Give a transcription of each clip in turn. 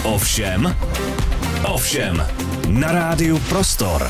Ovšem, na rádiu Prostor.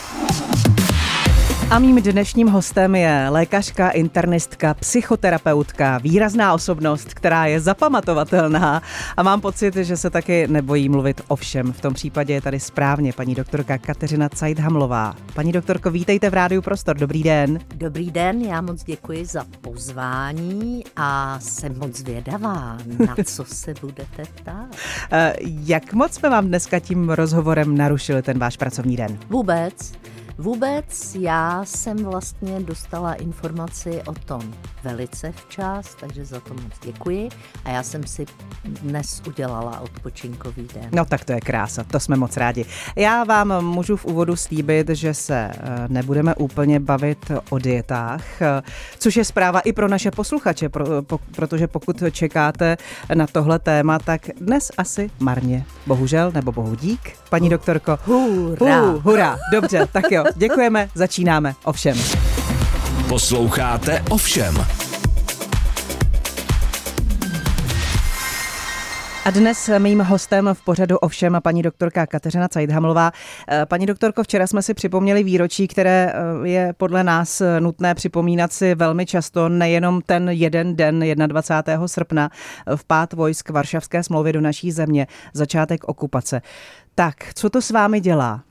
A mým dnešním hostem je lékařka, internistka, psychoterapeutka, výrazná osobnost, která je zapamatovatelná a mám pocit, že se taky nebojí mluvit o všem. V tom případě je tady správně paní doktorka Kateřina Cajthamlová. Paní doktorko, vítejte v rádiu Prostor. Dobrý den. Dobrý den, já moc děkuji za pozvání a jsem moc zvědavá, na co se budete ptát. Jak moc jsme vám dneska tím rozhovorem narušili ten váš pracovní den? Vůbec, já jsem vlastně dostala informaci o tom velice včas, takže za to moc děkuji a já jsem si dnes udělala odpočinkový den. No tak to je krása, to jsme moc rádi. Já vám můžu v úvodu slíbit, že se nebudeme úplně bavit o dietách, což je zpráva i pro naše posluchače, protože pokud čekáte na tohle téma, tak dnes asi marně. Bohužel, nebo bohu dík, paní doktorko. Hurá, dobře, tak jo, děkujeme, začínáme Ovšem. Posloucháte Ovšem. A dnes mým hostem v pořadu Ovšem paní doktorka Kateřina Cajthamlová. Paní doktorko, včera jsme si připomněli výročí, které je podle nás nutné připomínat si velmi často, nejenom ten jeden den 21. srpna, vpád vojsk Varšavské smlouvy do naší země, začátek okupace. Tak, co to s vámi dělá?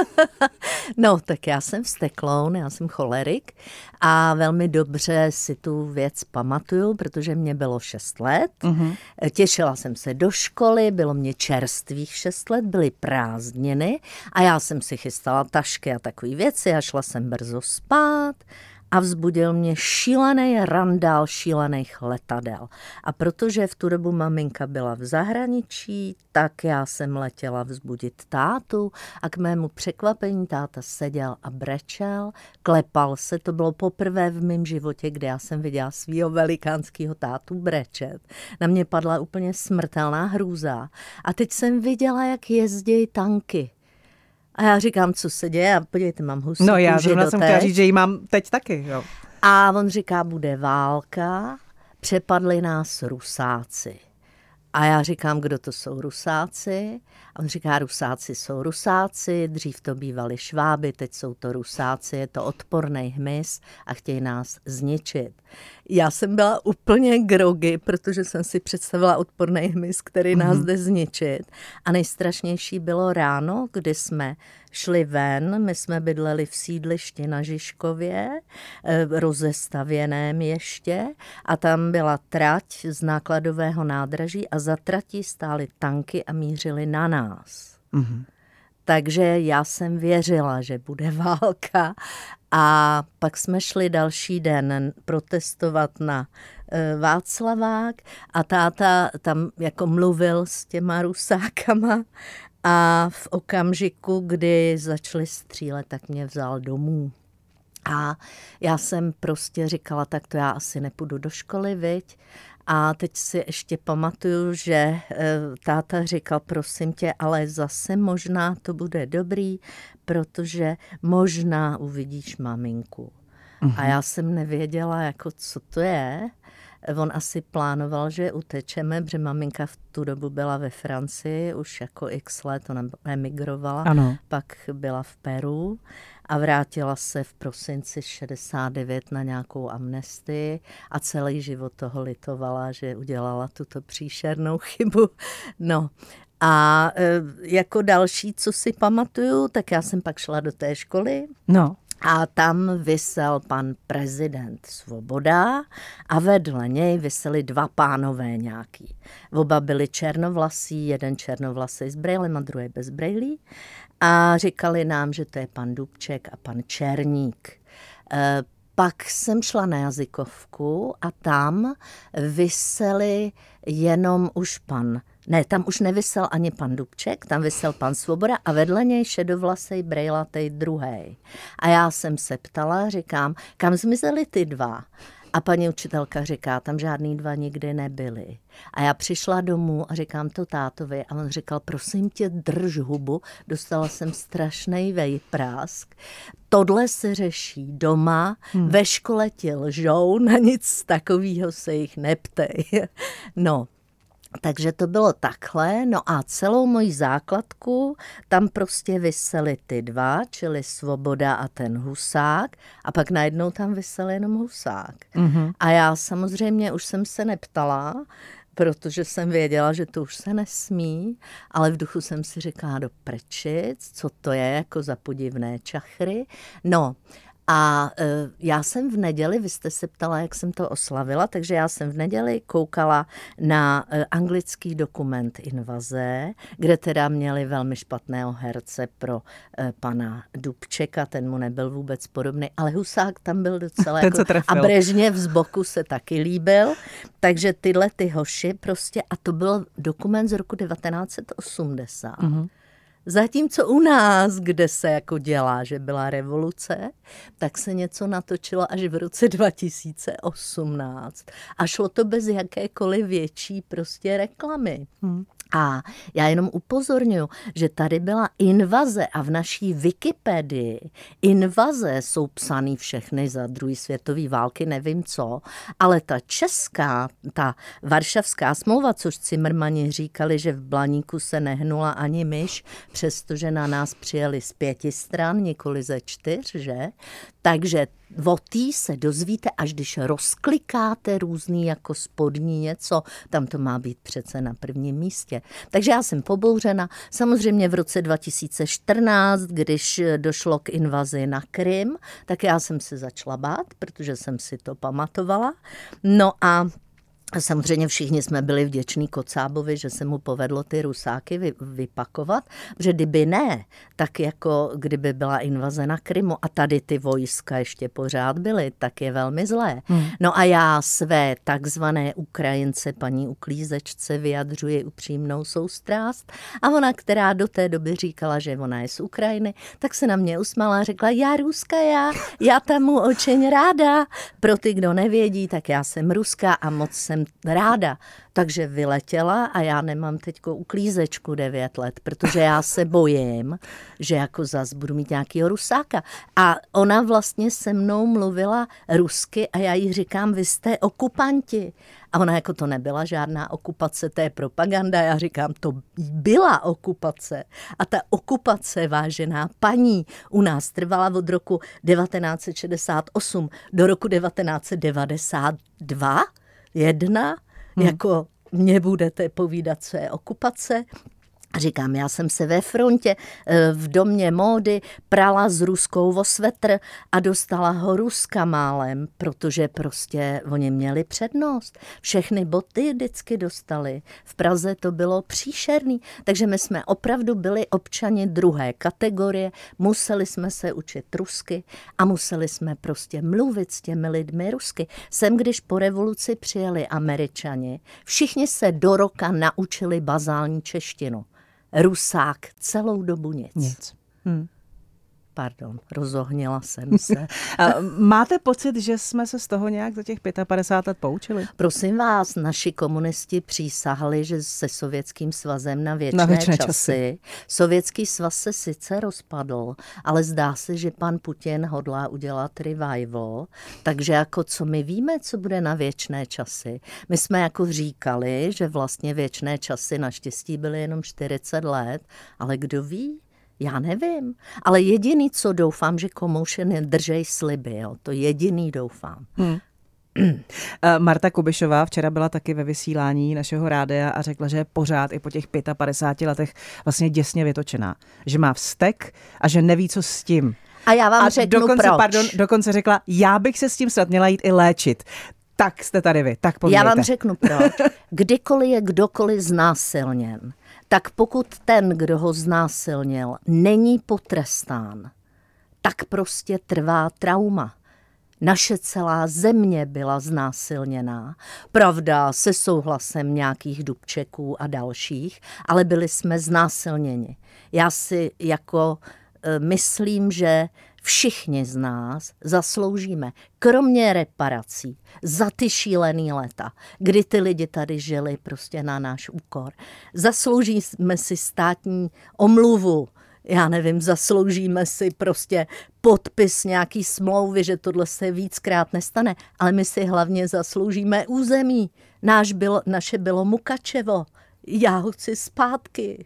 No, tak já jsem vztekloun, já jsem cholerik a velmi dobře si tu věc pamatuju, protože mě bylo 6 let. Těšila jsem se do školy, bylo mě čerstvých 6 let, byly prázdniny a já jsem si chystala tašky a takové věci a šla jsem brzo spát. A vzbudil mě šílený randál šílených letadel. A protože v tu dobu maminka byla v zahraničí, tak já jsem letěla vzbudit tátu a k mému překvapení táta seděl a brečel, klepal se. To bylo poprvé v mém životě, kdy já jsem viděla svýho velikánského tátu brečet. Na mě padla úplně smrtelná hrůza. A teď jsem viděla, jak jezdí tanky. A já říkám, co se děje? A podívejte, mám husí No já jsem chtěla říct, že ji mám teď taky. Jo. A on říká, bude válka, přepadli nás Rusáci. A já říkám, kdo to jsou Rusáci? A on říká, Rusáci jsou Rusáci, dřív to bývali Šváby, teď jsou to Rusáci, je to odporný hmyz a chtějí nás zničit. Já jsem byla úplně grogy, protože jsem si představila odporný hmyz, který nás jde zničit. A nejstrašnější bylo ráno, kdy jsme šli ven, my jsme bydleli v sídlišti na Žižkově, rozestavěném ještě, a tam byla trať z nákladového nádraží a za tratí stály tanky a mířily na nás. Takže já jsem věřila, že bude válka a pak jsme šli další den protestovat na Václavák a táta tam jako mluvil s těma Rusákama a v okamžiku, kdy začali střílet, tak mě vzal domů. A já jsem prostě říkala, tak to já asi nepůjdu do školy, viď? A teď si ještě pamatuju, že táta říkal, prosím tě, ale zase možná to bude dobrý, protože možná uvidíš maminku. A já jsem nevěděla, jako co to je. On asi plánoval, že utečeme, protože maminka v tu dobu byla ve Francii, už jako x let, ona emigrovala, Ano. Pak byla v Peru a vrátila se v prosinci 69 na nějakou amnestii a celý život toho litovala, že udělala tuto příšernou chybu. No a jako další, co si pamatuju, tak já jsem pak šla do té školy. No. A tam visel pan prezident Svoboda a vedle něj viseli 2 pánové nějaký. Oba byli černovlasí, jeden černovlasý s brejlem a druhý bez brejlí. A říkali nám, že to je pan Dubček a pan Černík. Pak jsem šla na jazykovku a tam viseli jenom už tam už nevysel ani pan Dubček, tam vysel pan Svoboda a vedle něj šedovlasej brejlatej druhej. A já jsem se ptala, říkám, kam zmizeli ty 2? A paní učitelka říká, tam žádný 2 nikdy nebyli. A já přišla domů a říkám to tátovi a on říkal, prosím tě, drž hubu, dostala jsem strašnej vejprásk. Tohle se řeší doma, ve škole ti lžou, na nic takového se jich neptej. No, Takže to bylo takhle, no a celou moji základku tam prostě visely ty dva, čili Svoboda a ten Husák, a pak najednou tam visel jenom Husák. Mm-hmm. A já samozřejmě už jsem se neptala, protože jsem věděla, že to už se nesmí, ale v duchu jsem si říkala do prčic, co to je jako za podivné čachry. No, a já jsem v neděli, vy jste se ptala, jak jsem to oslavila, takže já jsem v neděli koukala na anglický dokument Invaze, kde teda měli velmi špatného herce pro pana Dubčeka, ten mu nebyl vůbec podobný, ale Husák tam byl docela jako, a Brežněv z boku se taky líbil, takže tyhle ty hoši prostě, a to byl dokument z roku 1980. Mm-hmm. Zatímco u nás, kde se jako dělá, že byla revoluce, tak se něco natočilo až v roce 2018. A šlo to bez jakékoliv větší prostě reklamy. A já jenom upozorňuji, že tady byla invaze a v naší Wikipedii invaze jsou psaný všechny za druhé světové války, nevím co, ale ta česká, ta Varšavská smlouva, což Cimrmani říkali, že v Blaníku se nehnula ani myš, přestože na nás přijeli z 5 stran, nikoli ze 4, že? Takže o tý se dozvíte, až když rozklikáte různý jako spodní něco, tam to má být přece na prvním místě. Takže já jsem pobouřena. Samozřejmě v roce 2014, když došlo k invazi na Krym, tak já jsem se začala bát, protože jsem si to pamatovala. No a samozřejmě všichni jsme byli vděční Kocábovi, že se mu povedlo ty Rusáky vypakovat, protože kdyby ne, tak jako kdyby byla invaze na Krymu a tady ty vojska ještě pořád byly, tak je velmi zlé. No a já své takzvané Ukrajince, paní uklízečce, vyjadřuji upřímnou soustrast a ona, která do té doby říkala, že ona je z Ukrajiny, tak se na mě usmála a řekla, já Ruska, já tam mu očeň ráda. Pro ty, kdo nevědí, tak já jsem Ruská a moc jsem ráda. Takže vyletěla a já nemám teďko uklízečku 9 let, protože já se bojím, že jako zas budu mít nějakýho Rusáka. A ona vlastně se mnou mluvila rusky a já jí říkám, vy jste okupanti. A ona jako to nebyla žádná okupace, to je propaganda. Já říkám, to byla okupace. A ta okupace, vážená paní, u nás trvala od roku 1968 do roku 1992. Jako mě budete povídat, co je okupace. Říkám, já jsem se ve frontě v domě módy prala s Ruskou o svetr a dostala ho Ruska málem, protože prostě oni měli přednost. Všechny boty vždycky dostali. V Praze to bylo příšerný, takže my jsme opravdu byli občani druhé kategorie, museli jsme se učit rusky a museli jsme prostě mluvit s těmi lidmi rusky. Sem, když po revoluci přijeli Američani, všichni se do roka naučili bazální češtinu. Rusák celou dobu nic. Pardon, rozohnila jsem se. Máte pocit, že jsme se z toho nějak za těch 55 let poučili? Prosím vás, naši komunisti přísahali, že se Sovětským svazem na věčné časy. Sovětský svaz se sice rozpadl, ale zdá se, že pan Putin hodlá udělat revival, takže jako co my víme, co bude na věčné časy. My jsme jako říkali, že vlastně věčné časy naštěstí byly jenom 40 let, ale kdo ví? Já nevím, ale jediný, co doufám, že komouše nedržej sliby, jo. To jediný doufám. Marta Kubišová včera byla taky ve vysílání našeho rádia a řekla, že je pořád i po těch 55 letech vlastně děsně vytočená. Že má vztek a že neví, co s tím. A já vám řeknu proč. Dokonce řekla, já bych se s tím snad měla jít i léčit. Tak jste tady vy, tak povídejte. Já vám řeknu proč. Kdykoliv je kdokoliv znásilněn, tak pokud ten, kdo ho znásilnil, není potrestán, tak prostě trvá trauma. Naše celá země byla znásilněná. Pravda, se souhlasem nějakých Dubčeků a dalších, ale byli jsme znásilněni. Já si jako myslím, že všichni z nás zasloužíme, kromě reparací, za ty šílený léta, kdy ty lidi tady žili prostě na náš úkor. Zasloužíme si státní omluvu, já nevím, zasloužíme si prostě podpis nějaký smlouvy, že tohle se víckrát nestane, ale my si hlavně zasloužíme území. Naše bylo Mukačevo. Já ho chci zpátky.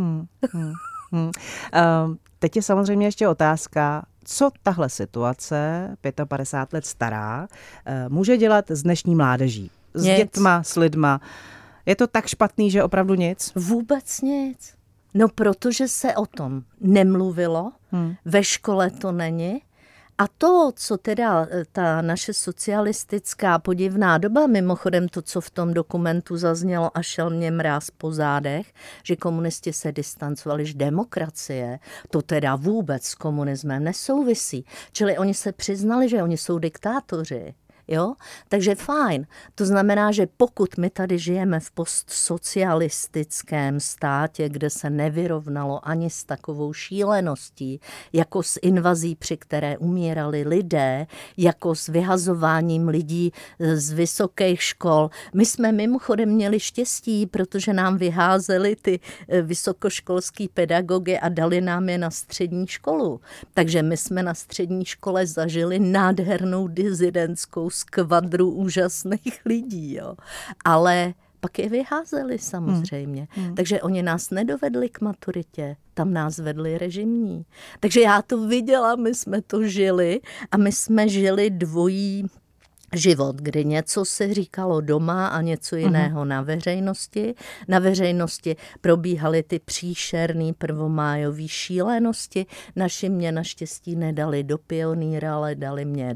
Teď je samozřejmě ještě otázka, co tahle situace, 55 let stará, může dělat s dnešní mládeží? S dětma, s lidma. Je to tak špatný, že opravdu nic? Vůbec nic. No, protože se o tom nemluvilo, ve škole to není. A to, co teda ta naše socialistická podivná doba, mimochodem to, co v tom dokumentu zaznělo a šel mě mráz po zádech, že komunisti se distancovali z demokracie, to teda vůbec s komunismem nesouvisí. Čili oni se přiznali, že oni jsou diktátoři. Jo? Takže fajn. To znamená, že pokud my tady žijeme v postsocialistickém státě, kde se nevyrovnalo ani s takovou šíleností, jako s invazí, při které umírali lidé, jako s vyhazováním lidí z vysokých škol. My jsme mimochodem měli štěstí, protože nám vyházeli ty vysokoškolský pedagogy a dali nám je na střední školu. Takže my jsme na střední škole zažili nádhernou dizidentskou skvadru úžasných lidí, jo. Ale pak je vyházeli samozřejmě. Takže oni nás nedovedli k maturitě, tam nás vedli režimní. Takže já to viděla, my jsme to žili a my jsme žili dvojí život, kdy něco se říkalo doma a něco jiného na veřejnosti. Na veřejnosti probíhaly ty příšerný prvomájový šílenosti. Naši mě naštěstí nedali do pionýra, ale dali mě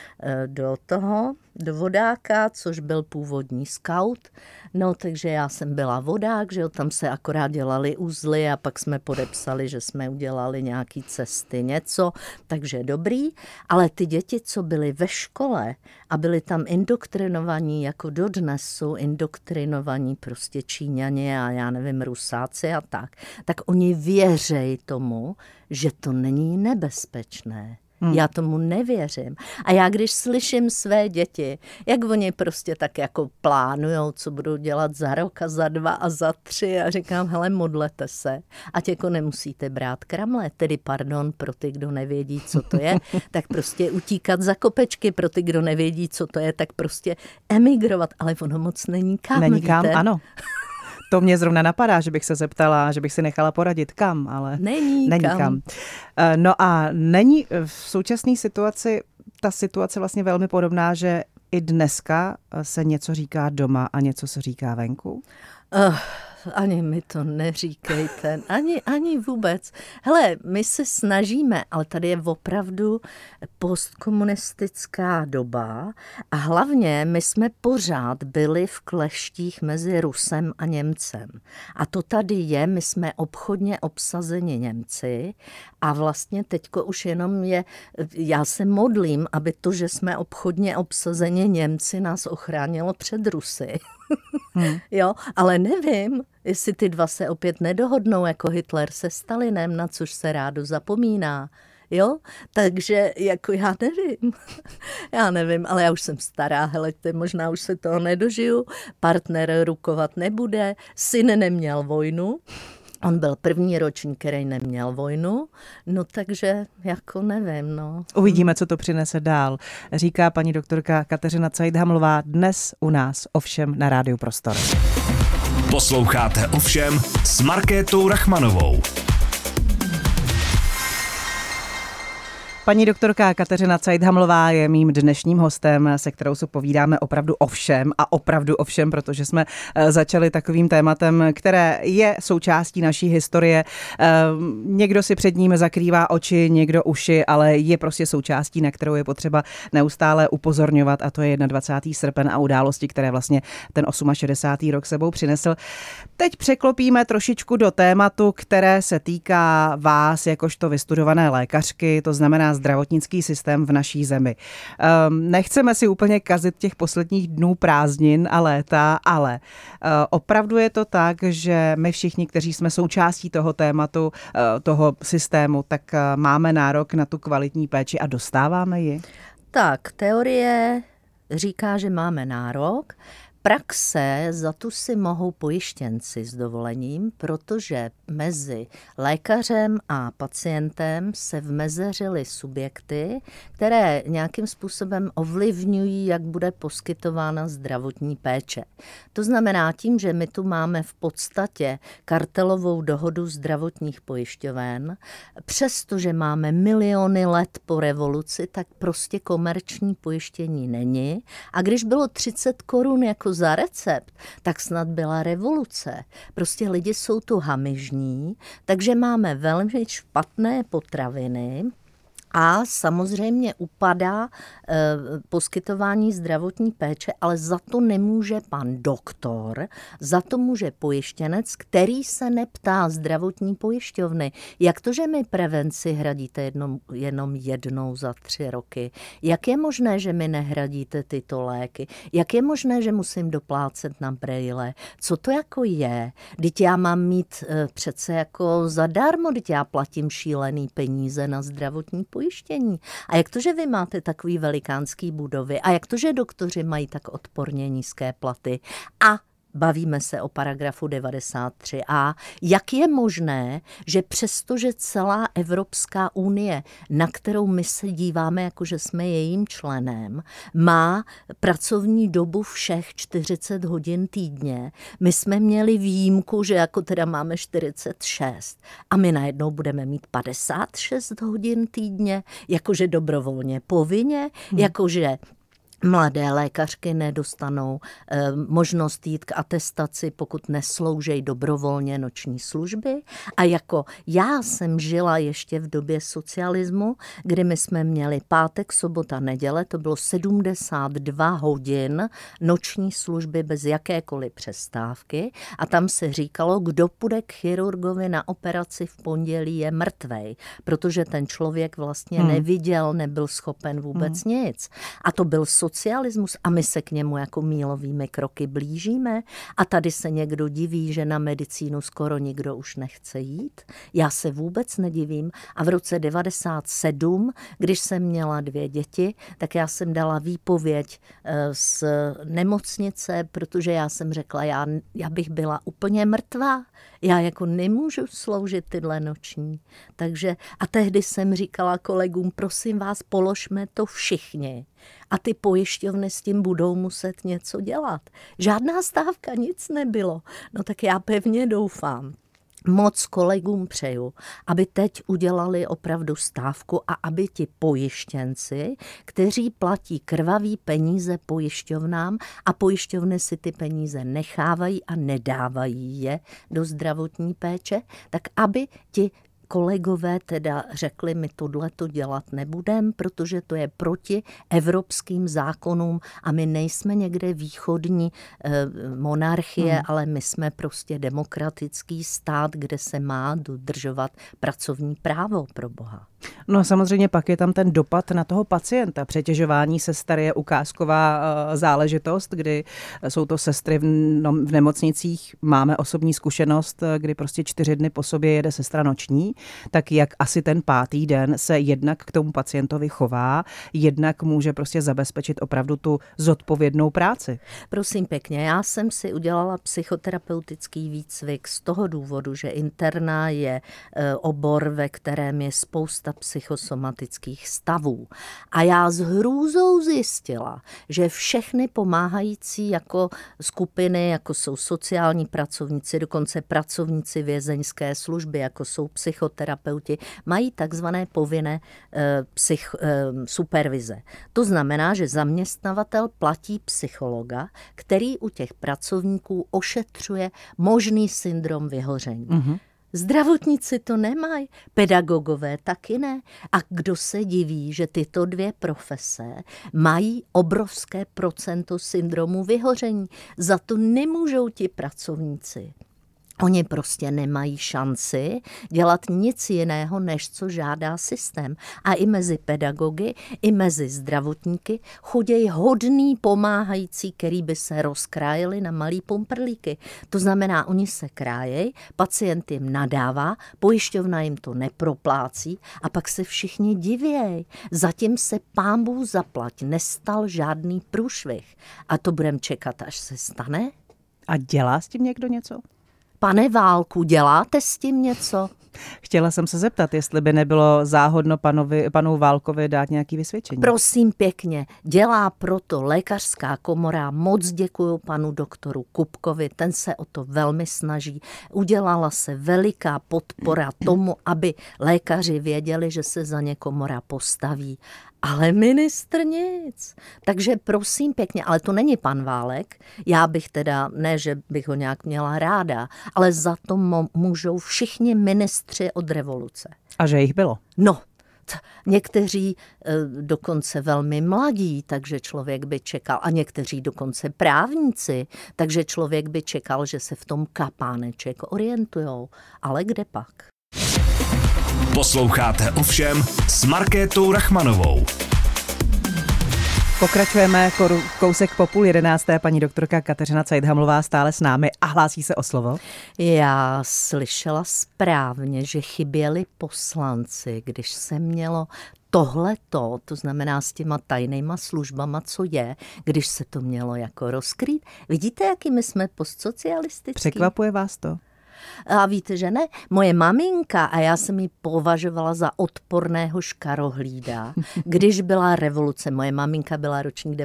do vodáka, což byl původní skaut. No, takže já jsem byla vodák, že jo, tam se akorát dělali uzly a pak jsme podepsali, že jsme udělali nějaký cesty, něco, takže dobrý. Ale ty děti, co byly ve škole a byli tam indoktrinovaní, jako dodnes jsou indoktrinovaní prostě Číňani a já nevím, Rusáci a tak oni věřejí tomu, že to není nebezpečné. Já tomu nevěřím. A já když slyším své děti, jak oni prostě tak jako plánujou, co budou dělat za rok a za 2 a za 3 a říkám, hele, modlete se, ať jako nemusíte brát kramle, tedy pardon, pro ty, kdo nevědí, co to je, tak prostě utíkat za kopečky, pro ty, kdo nevědí, co to je, tak prostě emigrovat, ale ono moc není kam, Není víte? kam, ano. To mě zrovna napadá, že bych se zeptala, že bych si nechala poradit kam, ale Není kam. No a není v současné situaci ta situace vlastně velmi podobná, že i dneska se něco říká doma a něco se říká venku? Ani mi to neříkejte, ani vůbec. Hele, my se snažíme, ale tady je opravdu postkomunistická doba a hlavně my jsme pořád byli v kleštích mezi Rusem a Němcem. A to tady je, my jsme obchodně obsazeni Němci a vlastně teďko už jenom já se modlím, aby to, že jsme obchodně obsazeni Němci, nás ochránilo před Rusy. Jo, ale nevím, jestli ty dva se opět nedohodnou jako Hitler se Stalinem, na což se rádo zapomíná. Jo, takže jako já nevím, ale já už jsem stará, heleďte, možná už se toho nedožiju, partner rukovat nebude, syn neměl vojnu, on byl první ročník, který neměl vojnu, no takže jako nevím, no. Uvidíme, co to přinese dál, říká paní doktorka Kateřina Cajthamlová dnes u nás ovšem na Rádiu Prostor. Posloucháte Ovšem s Markétou Rachmanovou. Paní doktorka Kateřina Cajthamlová je mým dnešním hostem, se kterou se povídáme opravdu o všem a opravdu o všem, protože jsme začali takovým tématem, které je součástí naší historie. Někdo si před ním zakrývá oči, někdo uši, ale je prostě součástí, na kterou je potřeba neustále upozorňovat, a to je 21. srpen a události, které vlastně ten 68. rok sebou přinesl. Teď překlopíme trošičku do tématu, které se týká vás jakožto vystudované lékařky, to znamená zdravotnický systém v naší zemi. Nechceme si úplně kazit těch posledních dnů prázdnin a léta, ale opravdu je to tak, že my všichni, kteří jsme součástí toho tématu, toho systému, tak máme nárok na tu kvalitní péči a dostáváme ji? Tak, teorie říká, že máme nárok. praxe za tu si mohou pojištěnci s dovolením, protože mezi lékařem a pacientem se vmezeřily subjekty, které nějakým způsobem ovlivňují, jak bude poskytována zdravotní péče. To znamená tím, že my tu máme v podstatě kartelovou dohodu zdravotních pojišťoven, přestože máme miliony let po revoluci, tak prostě komerční pojištění není. A když bylo 30 korun jako za recept, tak snad byla revoluce. Prostě lidi jsou tu hamižní, takže máme velmi špatné potraviny, a samozřejmě upadá poskytování zdravotní péče, ale za to nemůže pan doktor, za to může pojištěnec, který se neptá zdravotní pojišťovny. Jak to, že mi prevenci hradíte jenom jednou za 3 roky? Jak je možné, že mi nehradíte tyto léky? Jak je možné, že musím doplácet na brejle? Co to jako je? Vždyť já mám mít přece jako zadarmo, vždyť já platím šílený peníze na zdravotní pojištění. A jak to, že vy máte takový velikánský budovy? A jak to, že doktoři mají tak odporně nízké platy? A bavíme se o paragrafu 93a. Jak je možné, že přestože celá Evropská unie, na kterou my se díváme, jako že jsme jejím členem, má pracovní dobu všech 40 hodin týdně, my jsme měli výjimku, že jako teda máme 46 a my najednou budeme mít 56 hodin týdně, jakože dobrovolně povinně, jakože mladé lékařky nedostanou možnost jít k atestaci, pokud nesloužejí dobrovolně noční služby. A jako já jsem žila ještě v době socialismu, kdy my jsme měli pátek, sobota, neděle, to bylo 72 hodin noční služby bez jakékoliv přestávky a tam se říkalo, kdo půjde k chirurgovi na operaci v pondělí je mrtvej, protože ten člověk vlastně neviděl, nebyl schopen vůbec nic. A to byl socialismus a my se k němu jako mílovými kroky blížíme a tady se někdo diví, že na medicínu skoro nikdo už nechce jít. Já se vůbec nedivím a v roce 97, když jsem měla 2 děti, tak já jsem dala výpověď z nemocnice, protože já jsem řekla, já bych byla úplně mrtvá, já jako nemůžu sloužit tyhle noční. Takže a tehdy jsem říkala kolegům, prosím vás, položme to všichni. A ty pojišťovny s tím budou muset něco dělat. Žádná stávka, nic nebylo. No tak já pevně doufám. Moc kolegům přeju, aby teď udělali opravdu stávku a aby ti pojištěnci, kteří platí krvavý peníze pojišťovnám a pojišťovny si ty peníze nechávají a nedávají je do zdravotní péče, tak aby ti kolegové teda řekli, my tohleto dělat nebudeme, protože to je proti evropským zákonům a my nejsme někde východní monarchie, ale my jsme prostě demokratický stát, kde se má dodržovat pracovní právo, pro boha. No samozřejmě pak je tam ten dopad na toho pacienta. Přetěžování sester je ukázková záležitost, kdy jsou to sestry v nemocnicích. Máme osobní zkušenost, kdy prostě 4 dny po sobě jede sestra noční, tak jak asi ten 5. den se jednak k tomu pacientovi chová, jednak může prostě zabezpečit opravdu tu zodpovědnou práci. Prosím pěkně, já jsem si udělala psychoterapeutický výcvik z toho důvodu, že interna je obor, ve kterém je spousta psychosomatických stavů. A já s hrůzou zjistila, že všechny pomáhající jako skupiny, jako jsou sociální pracovníci, dokonce pracovníci vězeňské služby, jako jsou psychoterapeuti, mají takzvané povinné supervize. To znamená, že zaměstnavatel platí psychologa, který u těch pracovníků ošetřuje možný syndrom vyhoření. Zdravotníci to nemají, pedagogové taky ne. A kdo se diví, že tyto 2 profese mají obrovské procento syndromu vyhoření. Za to nemůžou ti pracovníci. Oni prostě nemají šanci dělat nic jiného, než co žádá systém. A i mezi pedagogy, i mezi zdravotníky chodějí hodný pomáhající, který by se rozkrájeli na malý pumprlíky. To znamená, oni se krájejí, pacient jim nadává, pojišťovna jim to neproplácí a pak se všichni divějí. Zatím se pánbůh zaplať nestal žádný průšvih. A to budeme čekat, až se stane? A dělá s tím někdo něco? Pane Válku, děláte s tím něco? Chtěla jsem se zeptat, jestli by nebylo záhodno panu Válkovi dát nějaké vysvědčení. Prosím pěkně, dělá proto lékařská komora. Moc děkuju panu doktoru Kupkovi, ten se o to velmi snaží. Udělala se veliká podpora tomu, aby lékaři věděli, že se za ně komora postaví. Ale ministr nic. Takže prosím pěkně, ale to není pan Válek. Já bych teda, ne, že bych ho nějak měla ráda, ale za to můžou všichni ministři od revoluce. A že jich bylo? No, někteří dokonce velmi mladí, takže člověk by čekal, a někteří dokonce právníci, takže člověk by čekal, že se v tom kapáneček orientujou. Ale kde pak? Posloucháte Ovšem s Markétou Rachmanovou. Pokračujeme kousek po 10:30. Paní doktorka Kateřina Cajthamlová stále s námi a hlásí se o slovo. Já slyšela správně, že chyběli poslanci, když se mělo tohleto, to znamená s těma tajnýma službama, co je, když se to mělo jako rozkrýt. Vidíte, jaký my jsme postsocialistický? Překvapuje vás to? A víte, že ne? Moje maminka, a já jsem ji považovala za odporného škarohlída, když byla revoluce. Moje maminka byla ročník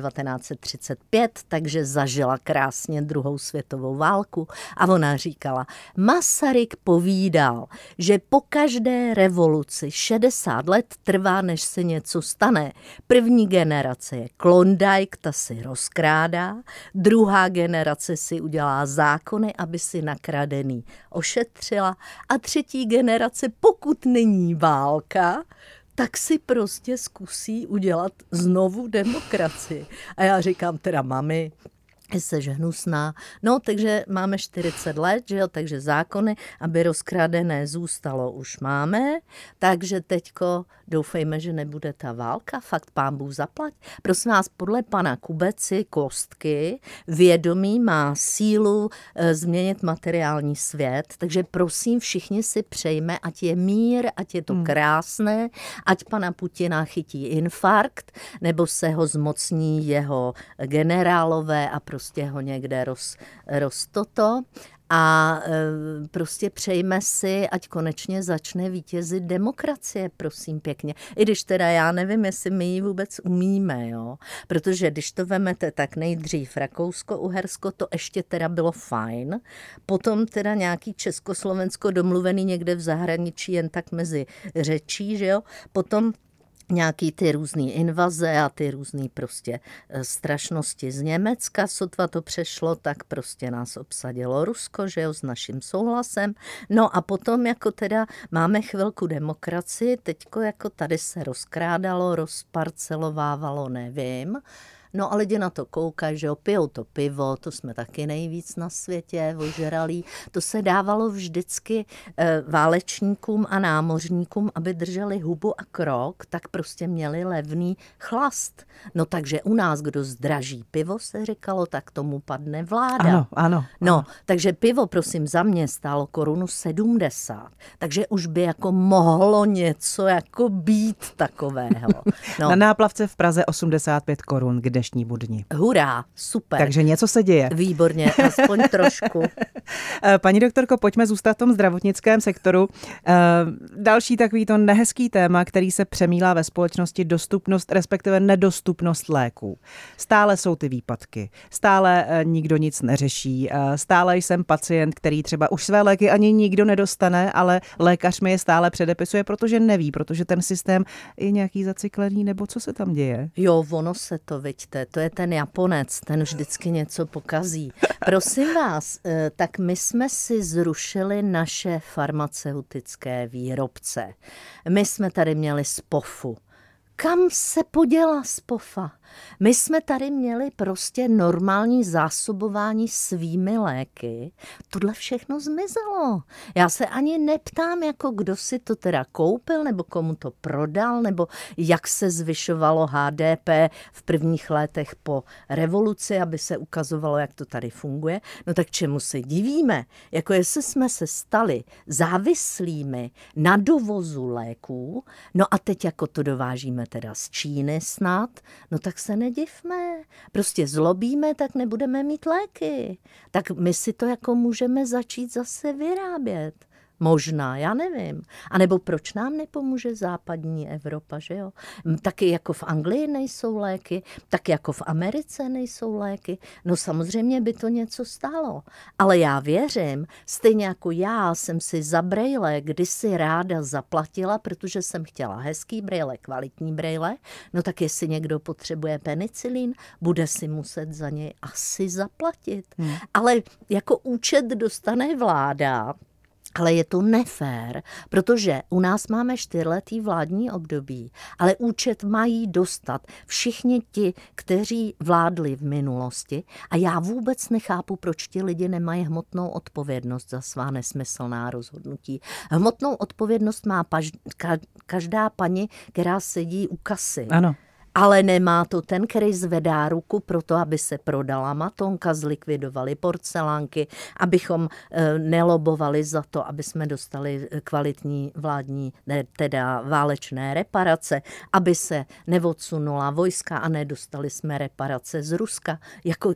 1935, takže zažila krásně druhou světovou válku a ona říkala, Masaryk povídal, že po každé revoluci 60 let trvá, než se něco stane. První generace je Klondike, ta si rozkrádá, druhá generace si udělá zákony, aby si nakradený ošetřila a třetí generace, pokud není válka, tak si prostě zkusí udělat znovu demokracii. A já říkám teda, mami, jsi hnusná. No, takže máme 40 let, že jo, takže zákony, aby rozkrádené zůstalo, už máme, takže teďko doufejme, že nebude ta válka, fakt pán Bůh zaplať. Prosím vás, podle pana Kubeci Kostky vědomí má sílu změnit materiální svět, takže prosím, všichni si přejme, ať je mír, ať je to krásné, ať pana Putina chytí infarkt, nebo se ho zmocní jeho generálové a prostě ho někde roztoto. A prostě přejme si, ať konečně začne vítězit demokracie, prosím pěkně. I když teda já nevím, jestli my ji vůbec umíme, jo. Protože když to vemete, tak nejdřív Rakousko-Uhersko, to ještě teda bylo fajn. Potom teda nějaký Československo domluvený někde v zahraničí jen tak mezi řečí, že jo. Potom nějaký ty různý invaze a ty různý prostě strašnosti z Německa, sotva to přešlo, tak prostě nás obsadilo Rusko, že jo, s naším souhlasem. No a potom jako teda máme chvilku demokracii, teďko jako tady se rozkrádalo, rozparcelovávalo, nevím. No a lidi na to koukají, že jo, pijou to pivo, to jsme taky nejvíc na světě, ožralí. To se dávalo vždycky válečníkům a námořníkům, aby drželi hubu a krok, tak prostě měli levný chlast. No takže u nás, kdo zdraží pivo, se říkalo, tak tomu padne vláda. Ano. No, takže pivo, prosím, za mě stálo 1,70 Kč. Takže už by jako mohlo něco jako být takového. No. Na náplavce v Praze 85 korun k dnešnímu dni. Hurá, super. Takže něco se děje. Výborně, aspoň trošku. Paní doktorko, pojďme zůstat v tom zdravotnickém sektoru. Další takový to nehezký téma, který se přemílá ve společnosti, dostupnost, respektive nedostupnost léků. Stále jsou ty výpadky, stále nikdo nic neřeší, stále jsem pacient, který třeba už své léky ani nikdo nedostane, ale lékař mi je stále předepisuje, protože neví, protože ten systém je nějaký zacyklený, nebo co se tam děje? Jo, ono se to, vidíte, to je ten Japonec, ten vždycky něco pokazí. Prosím vás, tak my jsme si zrušili naše farmaceutické výrobce. My jsme tady měli Spofu. Kam se poděla Spofa? My jsme tady měli prostě normální zásobování svými léky. Tohle všechno zmizelo. Já se ani neptám, jako kdo si to teda koupil, nebo komu to prodal, nebo jak se zvyšovalo HDP v prvních letech po revoluci, aby se ukazovalo, jak to tady funguje. No tak čemu se divíme? Jako jestli jsme se stali závislými na dovozu léků, no a teď jako to dovážíme teda z Číny snad, no tak se nedivme. Prostě zlobíme, tak nebudeme mít léky. Tak my si to jako můžeme začít zase vyrábět. Možná, já nevím. A nebo proč nám nepomůže západní Evropa, že jo? Taky jako v Anglii nejsou léky, taky jako v Americe nejsou léky. No samozřejmě by to něco stálo. Ale já věřím, stejně jako já jsem si za brejle kdysi ráda zaplatila, protože jsem chtěla hezký brejle, kvalitní brejle, no tak jestli někdo potřebuje penicilín, bude si muset za něj asi zaplatit. Ale jako účet dostane vláda. Ale je to nefér, protože u nás máme 4letý vládní období, ale účet mají dostat všichni ti, kteří vládli v minulosti a já vůbec nechápu, proč ti lidi nemají hmotnou odpovědnost za svá nesmyslná rozhodnutí. Hmotnou odpovědnost má každá paní, která sedí u kasy. Ano. Ale nemá to ten, který zvedá ruku pro to, aby se prodala matonka, zlikvidovali porcelánky, abychom nelobovali za to, aby jsme dostali kvalitní vládní, teda válečné reparace, aby se neodsunula vojska a nedostali jsme reparace z Ruska. Jako,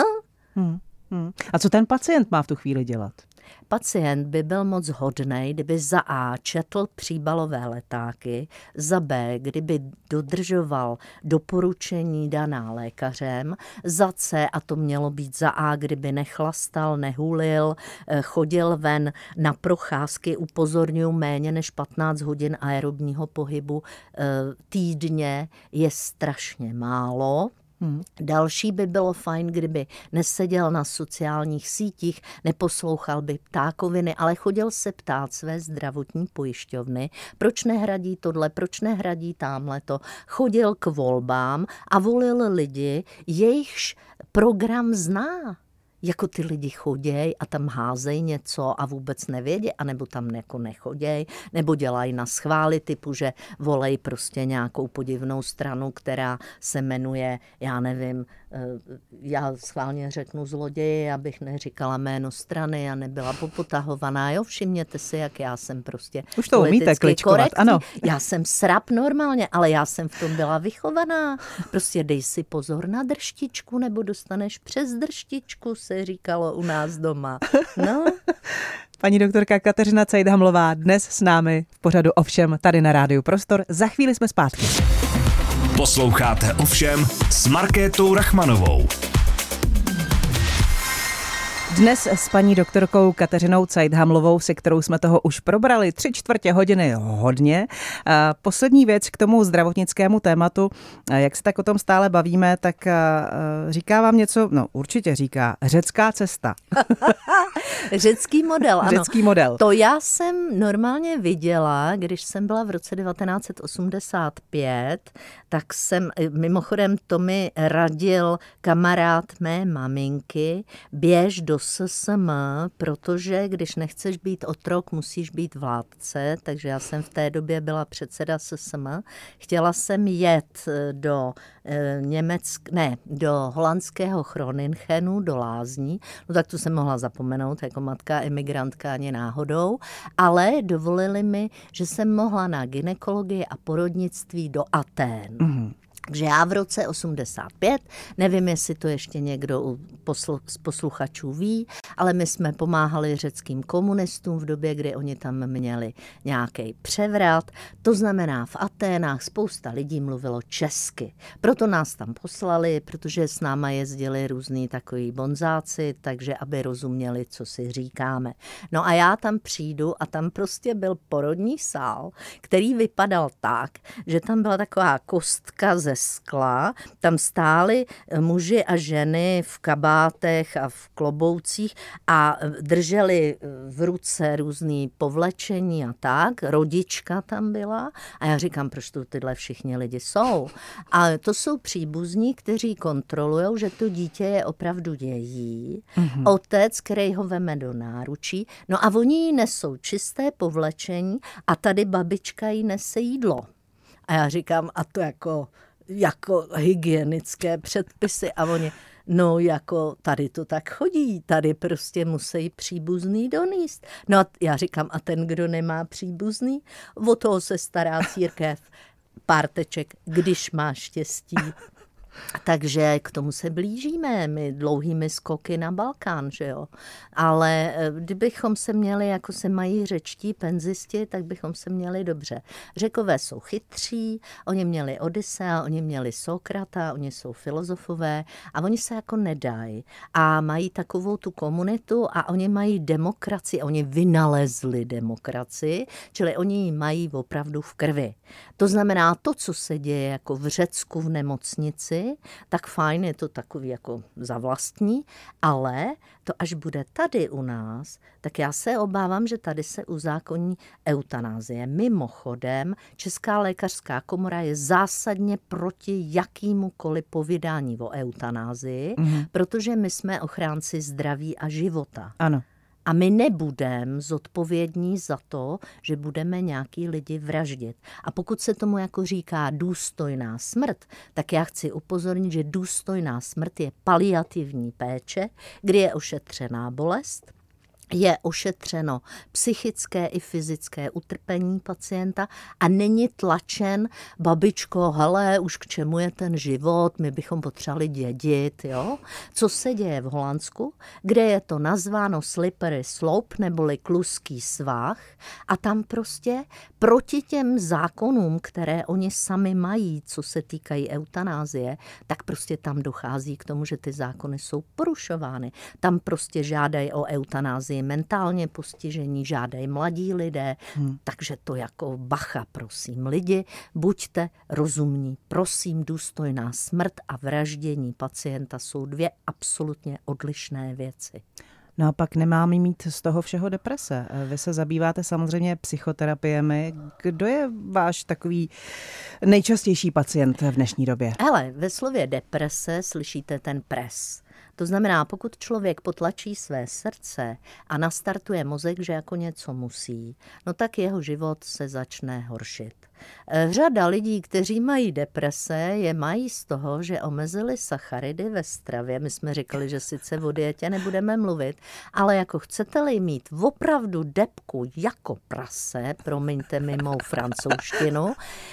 A co ten pacient má v tu chvíli dělat? Pacient by byl moc hodnej, kdyby za A četl příbalové letáky, za B, kdyby dodržoval doporučení daná lékařem, za C, a to mělo být za A, kdyby nechlastal, nehulil, chodil ven na procházky, upozorňuji, méně než 15 hodin aerobního pohybu týdně je strašně málo. Další by bylo fajn, kdyby neseděl na sociálních sítích, neposlouchal by ptákoviny, ale chodil se ptát své zdravotní pojišťovny, proč nehradí tohle, proč nehradí támhleto. Chodil k volbám a volil lidi, jejichž program zná. Jako ty lidi choděj a tam házejí něco a vůbec nevědí, anebo tam jako nechoděj, nebo dělají na schvály typu, že volej prostě nějakou podivnou stranu, která se jmenuje, já nevím, já schválně řeknu zloději, abych neříkala jméno strany a nebyla popotahovaná. Jo, všimněte si, jak já jsem prostě už to umíte kličkovat, ano. Já jsem srap normálně, ale já jsem v tom byla vychovaná. Prostě dej si pozor na drštičku, nebo dostaneš přes drštičku, se říkalo u nás doma. No. Paní doktorka Kateřina Cajthamlová dnes s námi v pořadu Ovšem tady na Rádiu Prostor. Za chvíli jsme zpátky. Posloucháte Ovšem s Markétou Rachmanovou. Dnes s paní doktorkou Kateřinou Cajthamlovou, se kterou jsme toho už probrali 3/4 hodiny hodně. Poslední věc k tomu zdravotnickému tématu, jak se tak o tom stále bavíme, tak říká vám něco, no určitě říká, řecká cesta. Řecký model, ano. Řecký model. To já jsem normálně viděla, když jsem byla v roce 1985, tak jsem, mimochodem to mi radil kamarád mé maminky, běž do SSM, protože když nechceš být otrok, musíš být vládce, takže já jsem v té době byla předseda SSM. Chtěla jsem jet do do holandského Groninchenu, do Lázní, no tak to jsem mohla zapomenout, jako matka emigrantka ani náhodou, ale dovolili mi, že jsem mohla na gynekologii a porodnictví do Atén. Takže já v roce 85, nevím, jestli to ještě někdo z posluchačů ví, ale my jsme pomáhali řeckým komunistům v době, kdy oni tam měli nějaký převrat. To znamená, v Aténách spousta lidí mluvilo česky. Proto nás tam poslali, protože s náma jezdili různý takový bonzáci, takže aby rozuměli, co si říkáme. No a já tam přijdu a tam prostě byl porodní sál, který vypadal tak, že tam byla taková kostka ze ze skla, tam stáli muži a ženy v kabátech a v kloboucích a drželi v ruce různý povlečení a tak, rodička tam byla a já říkám, proč tu tyhle všichni lidi jsou. A to jsou příbuzní, kteří kontrolují, že to dítě je opravdu její, otec, který ho veme do náručí, no a oni jí nesou čisté povlečení a tady babička jí nese jídlo. A já říkám, a to jako hygienické předpisy a oni, no jako tady to tak chodí, tady prostě musí příbuzný donést. No a já říkám, a ten, kdo nemá příbuzný, o toho se stará církev, párteček, když má štěstí. Takže k tomu se blížíme, my dlouhými skoky na Balkán, že jo. Ale kdybychom se měli, jako se mají řečtí penzisti, tak bychom se měli dobře. Řekové jsou chytří, oni měli Odyssea, oni měli Sokrata, oni jsou filozofové a oni se jako nedají. A mají takovou tu komunitu a oni mají demokracii, oni vynalezli demokracii, čili oni ji mají opravdu v krvi. To znamená to, co se děje jako v Řecku v nemocnici, tak fajn, je to takový jako zavlastní, ale to až bude tady u nás, tak já se obávám, že tady se uzákoní eutanázie. Mimochodem, Česká lékařská komora je zásadně proti jakýmukoliv povídání o eutanázii, protože my jsme ochránci zdraví a života. Ano. A my nebudeme zodpovědní za to, že budeme nějaký lidi vraždit. A pokud se tomu jako říká důstojná smrt, tak já chci upozornit, že důstojná smrt je paliativní péče, kdy je ošetřená bolest, je ošetřeno psychické i fyzické utrpení pacienta a není tlačen, babičko, hele, už k čemu je ten život, my bychom potřebovali dědit, jo? Co se děje v Holandsku, kde je to nazváno slippery slope, neboli kluský svah a tam prostě proti těm zákonům, které oni sami mají, co se týkají eutanázie, tak prostě tam dochází k tomu, že ty zákony jsou porušovány. Tam prostě žádají o eutanázii mentálně postižení, žádají mladí lidé, takže to jako bacha, prosím. Lidi, buďte rozumní, prosím, důstojná smrt a vraždění pacienta jsou dvě absolutně odlišné věci. No a pak nemáme mít z toho všeho deprese. Vy se zabýváte samozřejmě psychoterapiemi. Kdo je váš takový nejčastější pacient v dnešní době? Hele, ve slově deprese slyšíte ten pres. To znamená, pokud člověk potlačí své srdce a nastartuje mozek, že jako něco musí, no tak jeho život se začne horšit. Řada lidí, kteří mají deprese, je mají z toho, že omezili sacharidy ve stravě. My jsme říkali, že sice o dietě nebudeme mluvit, ale jako chcete-li mít opravdu depku jako prase, promiňte mi mou francouzštinu,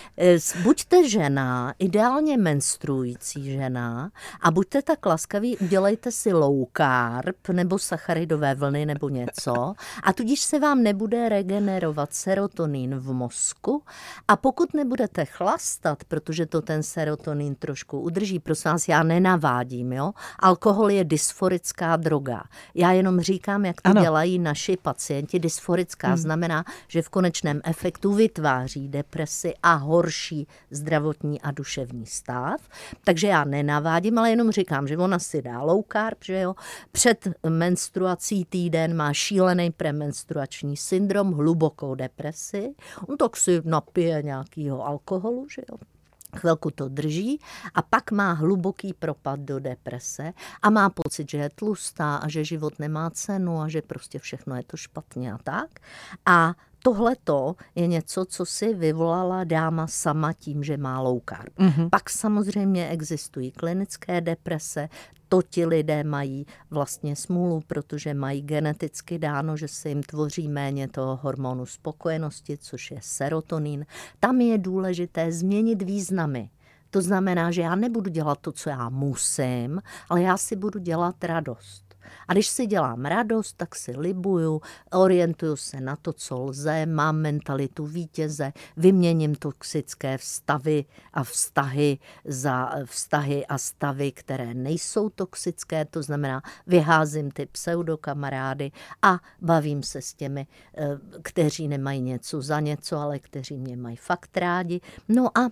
buďte žena, ideálně menstruující žena a buďte tak laskaví, udělejte si low carb nebo sacharidové vlny nebo něco a tudíž se vám nebude regenerovat serotonin v mozku a pokud nebudete chlastat, protože to ten serotonin trošku udrží, prosím vás, já nenavádím, jo? Alkohol je dysforická droga. Já jenom říkám, jak to dělají naši pacienti. Dysforická znamená, že v konečném efektu vytváří depresi a horší zdravotní a duševní stav. Takže já nenavádím, ale jenom říkám, že ona si dá low carb, že jo? Před menstruací týden má šílený premenstruační syndrom, hlubokou depresi. On tak si napije nějakého alkoholu, že jo. Chvilku to drží a pak má hluboký propad do deprese a má pocit, že je tlustá a že život nemá cenu a že prostě všechno je to špatně a tak. A tohleto je něco, co si vyvolala dáma sama tím, že má low carb. Pak samozřejmě existují klinické deprese, to ti lidé mají vlastně smůlu, protože mají geneticky dáno, že se jim tvoří méně toho hormonu spokojenosti, což je serotonin. Tam je důležité změnit významy. To znamená, že já nebudu dělat to, co já musím, ale já si budu dělat radost. A když si dělám radost, tak si libuju, orientuju se na to, co lze, mám mentalitu vítěze, vyměním toxické vztahy a vztahy za vztahy a stavy, které nejsou toxické, to znamená vyházím ty pseudokamarády a bavím se s těmi, kteří nemají něco za něco, ale kteří mě mají fakt rádi. No a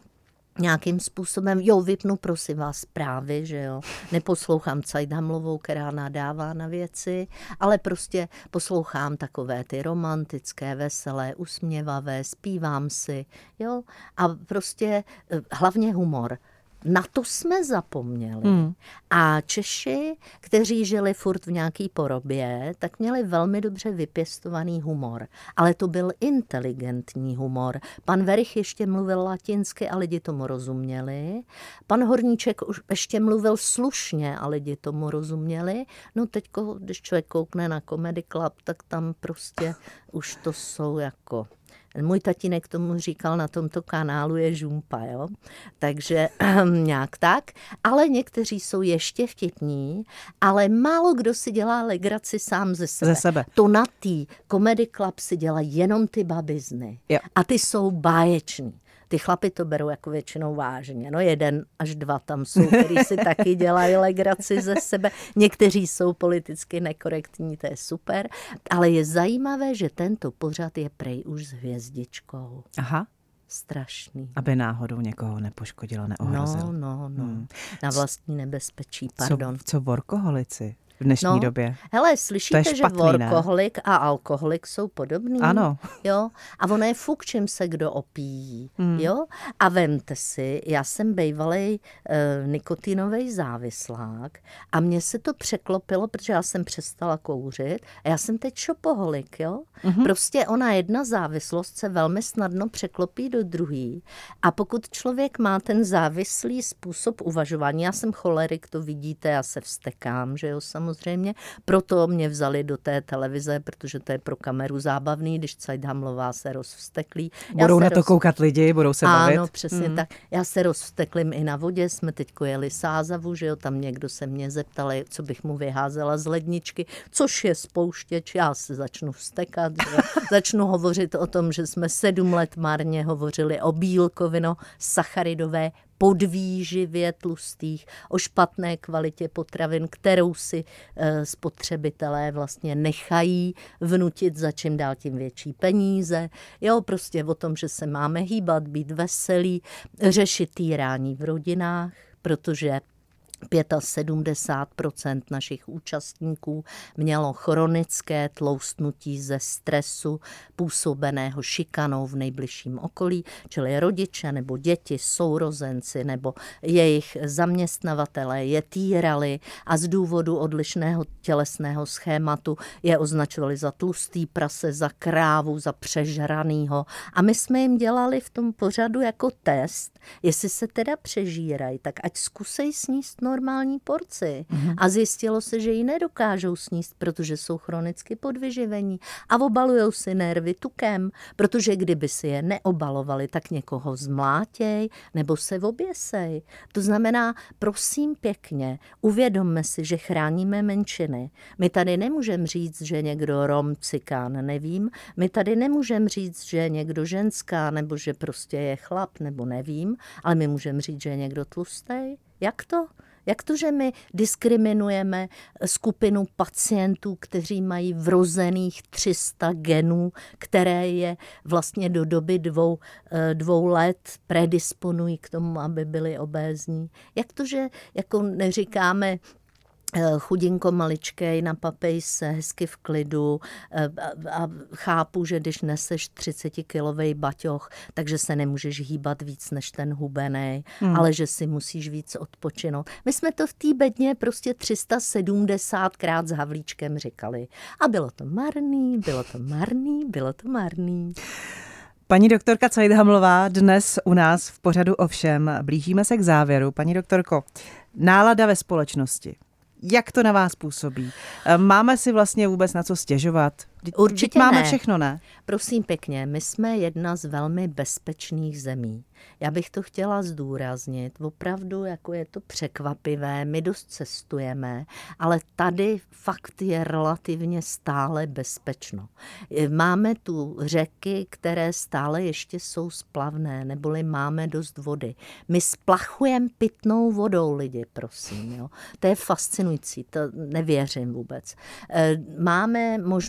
nějakým způsobem, vypnu prosím vás zprávy, že jo, neposlouchám Cajdhamlovou, která nadává na věci, ale prostě poslouchám takové ty romantické, veselé, usměvavé, zpívám si, jo, a prostě hlavně humor. Na to jsme zapomněli. A Češi, kteří žili furt v nějaký porobě, tak měli velmi dobře vypěstovaný humor. Ale to byl inteligentní humor. Pan Werich ještě mluvil latinsky a lidi tomu rozuměli. Pan Horníček už ještě mluvil slušně a lidi tomu rozuměli. No teďko, když člověk koukne na Comedy Club, tak tam prostě už to jsou jako... Můj tatínek tomu říkal, na tomto kanálu je žumpa, jo? Takže nějak tak. Ale někteří jsou ještě vtipní, ale málo kdo si dělá legraci sám ze sebe. To na tý Comedy Club si dělají jenom ty babizny. Jo. A ty jsou báječní. Ty chlapi to berou jako většinou vážně. No 1 až 2 tam jsou, kteří si taky dělají legraci ze sebe. Někteří jsou politicky nekorektní, to je super. Ale je zajímavé, že tento pořad je prej už s hvězdičkou. Aha. Strašný. Aby náhodou někoho nepoškodila, neohrozil. No. Na vlastní nebezpečí, pardon. Co workoholici v dnešní době? Hele, slyšíte, že workoholik a alkoholik jsou podobný? Ano. Jo? A ono je fuk, čím se kdo opíjí. Jo? A vemte si, já jsem bejvalej nikotinový závislák a mně se to překlopilo, protože já jsem přestala kouřit a já jsem teď šopoholik, jo? Prostě ona jedna závislost se velmi snadno překlopí do druhý a pokud člověk má ten závislý způsob uvažování, já jsem cholerik, to vidíte, já se vztekám, že jo, samozřejmě, proto mě vzali do té televize, protože to je pro kameru zábavný, když Cajdhamlová se rozvsteklí. Budou na to koukat lidi, budou se bavit. Ano, přesně tak. Já se rozvsteklím i na vodě, jsme teďko jeli Sázavu, že jo, tam někdo se mě zeptal, co bych mu vyházela z ledničky, což je spouštěč, já se začnu vztekat, že jo. Začnu hovořit o tom, že jsme 7 let marně hovořili o bílkovino sacharidové podvýživě tlustých, o špatné kvalitě potravin, kterou si spotřebitelé vlastně nechají vnutit za čím dál tím větší peníze. Jo, prostě o tom, že se máme hýbat, být veselí, řešit týrání v rodinách, protože 75% našich účastníků mělo chronické tloustnutí ze stresu působeného šikanou v nejbližším okolí, čili rodiče nebo děti, sourozenci nebo jejich zaměstnavatelé je týrali a z důvodu odlišného tělesného schématu je označovali za tlustý prase, za krávu, za přežranýho. A my jsme jim dělali v tom pořadu jako test, jestli se teda přežírají, tak ať zkusej sníst normální porci. A zjistilo se, že ji nedokážou sníst, protože jsou chronicky podvyživení a obalujou si nervy tukem, protože kdyby si je neobalovali, tak někoho zmlátěj nebo se oběsej. To znamená, prosím pěkně, uvědomme si, že chráníme menšiny. My tady nemůžeme říct, že někdo Rom, Cikán, nevím. My tady nemůžeme říct, že je někdo ženská nebo že prostě je chlap, nebo nevím, ale my můžeme říct, že je někdo tlustej. Jak to? Jak to, že my diskriminujeme skupinu pacientů, kteří mají vrozených 300 genů, které je vlastně do doby 2 let predisponují k tomu, aby byli obézní? Jak to, že jako neříkáme chudinko maličkej, napapej se hezky v klidu a chápu, že když neseš 30-kilovej baťoch, takže se nemůžeš hýbat víc než ten hubenej, ale že si musíš víc odpočinout. My jsme to v té bedně prostě 370krát s Havlíčkem říkali. A bylo to marný. Paní doktorka Cajdhamlová dnes u nás v pořadu Ovšem. Blížíme se k závěru. Paní doktorko, nálada ve společnosti. Jak to na vás působí? Máme si vlastně vůbec na co stěžovat? Určitě máme ne. Všechno, ne? Prosím pěkně, my jsme jedna z velmi bezpečných zemí. Já bych to chtěla zdůraznit. Opravdu, jako je to překvapivé, my dost cestujeme, ale tady fakt je relativně stále bezpečno. Máme tu řeky, které stále ještě jsou splavné, neboli máme dost vody. My splachujeme pitnou vodou lidi, prosím. Jo? To je fascinující, to nevěřím vůbec. Máme možnost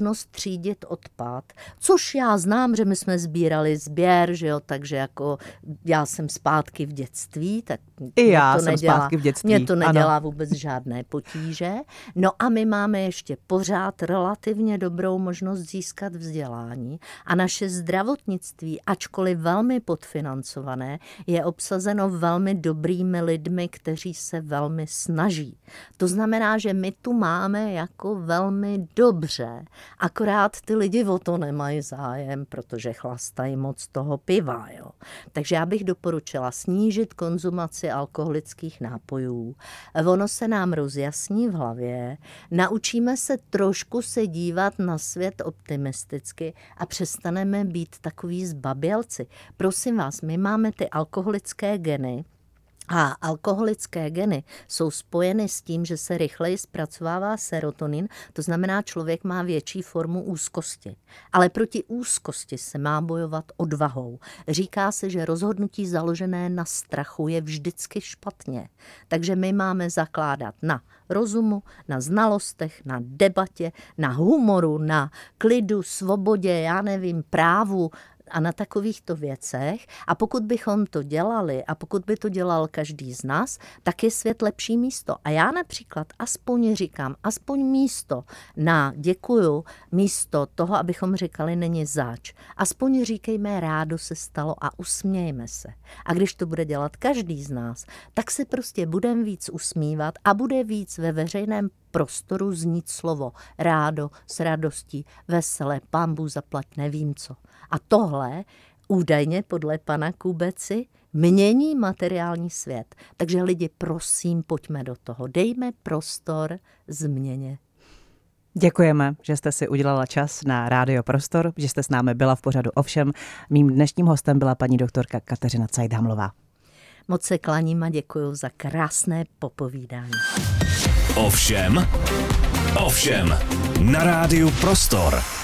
třídit odpad, což já znám, že my jsme sbírali sběr, že jo, takže jako já jsem zpátky v dětství, tak i já jsem zpátky v dětství. Mě to nedělá vůbec žádné potíže. No a my máme ještě pořád relativně dobrou možnost získat vzdělání a naše zdravotnictví, ačkoliv velmi podfinancované, je obsazeno velmi dobrými lidmi, kteří se velmi snaží. To znamená, že my tu máme jako velmi dobře, akorát ty lidi o to nemají zájem, protože chlastají moc toho piva. Jo. Takže já bych doporučila snížit konzumaci alkoholických nápojů. Ono se nám rozjasní v hlavě, naučíme se trošku se dívat na svět optimisticky a přestaneme být takový zbabělci. Prosím vás, my máme ty alkoholické geny, a alkoholické geny jsou spojeny s tím, že se rychleji zpracovává serotonin, to znamená, člověk má větší formu úzkosti. Ale proti úzkosti se má bojovat odvahou. Říká se, že rozhodnutí založené na strachu je vždycky špatně. Takže my máme zakládat na rozumu, na znalostech, na debatě, na humoru, na klidu, svobodě, já nevím, právu, a na takovýchto věcech. A pokud bychom to dělali a pokud by to dělal každý z nás, tak je svět lepší místo. A já například aspoň říkám, aspoň místo na děkuju, místo toho, abychom říkali není zač. Aspoň říkejme rádo se stalo a usmějme se. A když to bude dělat každý z nás, tak se prostě budeme víc usmívat a bude víc ve veřejném prostoru znít slovo rádo, s radostí, veselé, Pán Bůh zaplať, nevím co. A tohle údajně podle pana Kubeci mění materiální svět. Takže lidi, prosím, pojďme do toho. Dejme prostor změně. Děkujeme, že jste si udělala čas na Rádio Prostor, že jste s námi byla v pořadu Ovšem. Mým dnešním hostem byla paní doktorka Kateřina Cajthamlová. Moc se klaním a děkuju za krásné popovídání. Ovšem na Rádiu Prostor.